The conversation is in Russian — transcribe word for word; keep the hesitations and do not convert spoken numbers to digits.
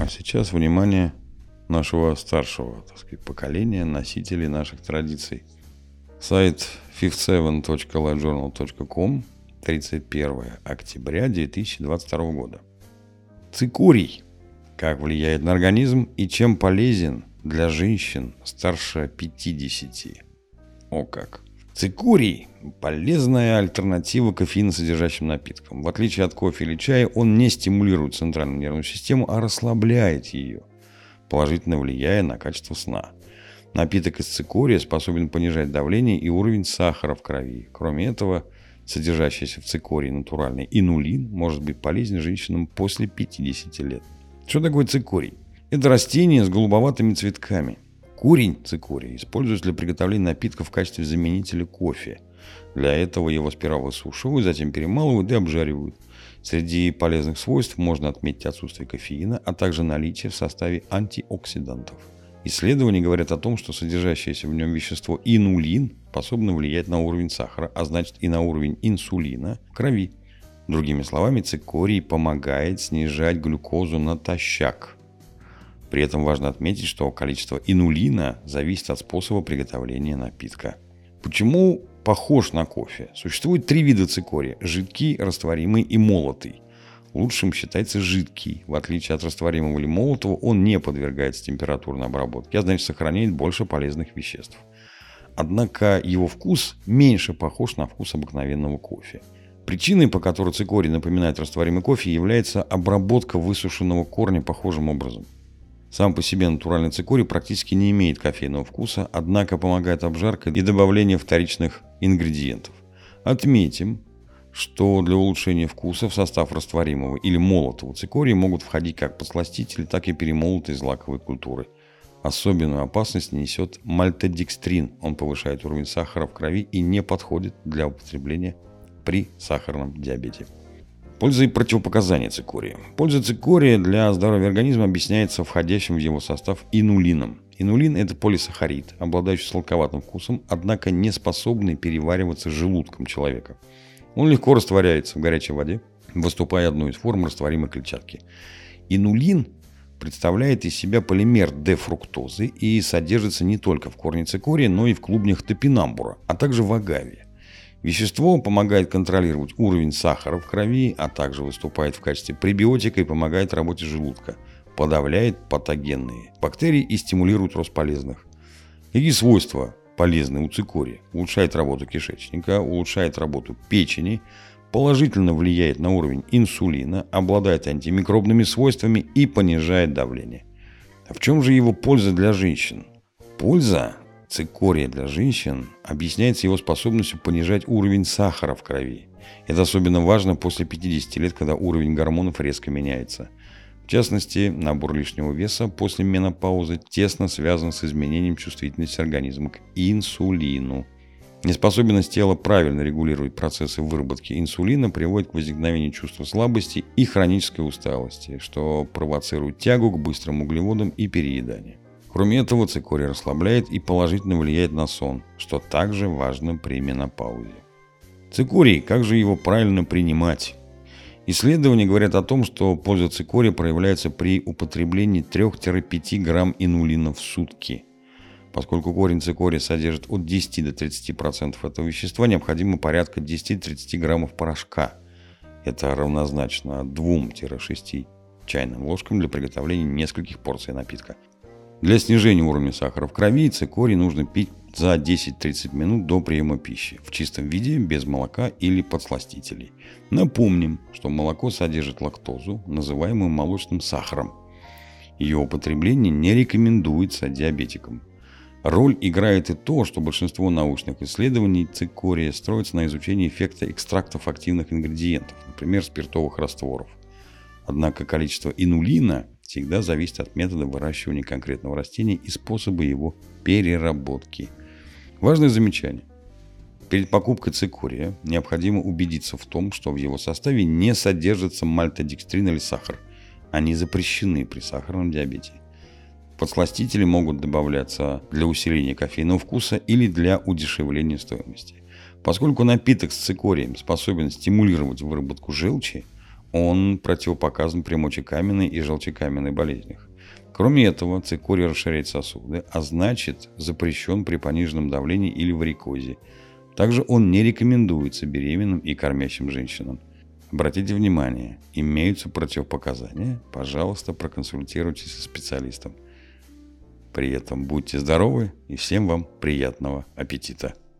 А сейчас внимание нашего старшего, так сказать, поколения, носителей наших традиций. Сайт пятьдесят семь точка лайф джорнал точка ком, тридцать первое октября две тысячи двадцать второго года. Цикорий. Как влияет на организм и чем полезен для женщин старше пятидесяти. О как! Цикорий – полезная альтернатива кофеиносодержащим напиткам. В отличие от кофе или чая, он не стимулирует центральную нервную систему, а расслабляет ее, положительно влияя на качество сна. Напиток из цикория способен понижать давление и уровень сахара в крови. Кроме этого, содержащийся в цикории натуральный инулин может быть полезен женщинам после пятидесяти лет. Что такое цикорий? Это растение с голубоватыми цветками. Корень цикория используется для приготовления напитков в качестве заменителя кофе. Для этого его сперва высушивают, затем перемалывают и обжаривают. Среди полезных свойств можно отметить отсутствие кофеина, а также наличие в составе антиоксидантов. Исследования говорят о том, что содержащееся в нем вещество инулин способно влиять на уровень сахара, а значит и на уровень инсулина в крови. Другими словами, цикорий помогает снижать глюкозу натощак. При этом важно отметить, что количество инулина зависит от способа приготовления напитка. Почему похож на кофе? Существует три вида цикория: жидкий, растворимый и молотый. Лучшим считается жидкий. В отличие от растворимого или молотого, он не подвергается температурной обработке, а значит сохраняет больше полезных веществ. Однако его вкус меньше похож на вкус обыкновенного кофе. Причиной, по которой цикорий напоминает растворимый кофе, является обработка высушенного корня похожим образом. Сам по себе натуральный цикорий практически не имеет кофейного вкуса, однако помогает обжарка и добавление вторичных ингредиентов. Отметим, что для улучшения вкуса в состав растворимого или молотого цикория могут входить как подсластители, так и перемолотые злаковые культуры. Особенную опасность несет мальтодекстрин. Он повышает уровень сахара в крови и не подходит для употребления при сахарном диабете. Польза и противопоказания цикория. Польза цикория для здоровья организма объясняется входящим в его состав инулином. Инулин – это полисахарид, обладающий сладковатым вкусом, однако не способный перевариваться желудком человека. Он легко растворяется в горячей воде, выступая одной из форм растворимой клетчатки. Инулин представляет из себя полимер Д-фруктозы и содержится не только в корне цикория, но и в клубнях топинамбура, а также в агаве. Вещество помогает контролировать уровень сахара в крови, а также выступает в качестве пребиотика и помогает работе желудка, подавляет патогенные бактерии и стимулирует рост полезных. Какие свойства полезны у цикория? Улучшает работу кишечника, улучшает работу печени, положительно влияет на уровень инсулина, обладает антимикробными свойствами и понижает давление. А в чем же его польза для женщин? Польза цикория для женщин объясняется его способностью понижать уровень сахара в крови. Это особенно важно после пятидесяти лет, когда уровень гормонов резко меняется. В частности, набор лишнего веса после менопаузы тесно связан с изменением чувствительности организма к инсулину. Неспособность тела правильно регулировать процессы выработки инсулина приводит к возникновению чувства слабости и хронической усталости, что провоцирует тягу к быстрым углеводам и перееданию. Кроме этого, цикорий расслабляет и положительно влияет на сон, что также важно при менопаузе. Цикорий, как же его правильно принимать? Исследования говорят о том, что польза цикория проявляется при употреблении три-пять грамм инулина в сутки. Поскольку корень цикория содержит от десяти до тридцати процентов этого вещества, необходимо порядка десяти-тридцати граммов порошка. Это равнозначно двум-шести чайным ложкам для приготовления нескольких порций напитка. Для снижения уровня сахара в крови цикорий нужно пить за десять-тридцать минут до приема пищи, в чистом виде, без молока или подсластителей. Напомним, что молоко содержит лактозу, называемую молочным сахаром. Ее употребление не рекомендуется диабетикам. Роль играет и то, что большинство научных исследований цикория строится на изучении эффекта экстрактов активных ингредиентов, например, спиртовых растворов. Однако количество инулина всегда зависит от метода выращивания конкретного растения и способа его переработки. Важное замечание. Перед покупкой цикория необходимо убедиться в том, что в его составе не содержится мальтодекстрин или сахар. Они запрещены при сахарном диабете. Подсластители могут добавляться для усиления кофейного вкуса или для удешевления стоимости. Поскольку напиток с цикорием способен стимулировать выработку желчи, Он противопоказан при мочекаменной и желчекаменной болезнях. Кроме этого, цикорий расширяет сосуды, а значит запрещен при пониженном давлении или варикозе. Также он не рекомендуется беременным и кормящим женщинам. Обратите внимание, имеются противопоказания, пожалуйста, проконсультируйтесь со специалистом. При этом будьте здоровы и всем вам приятного аппетита!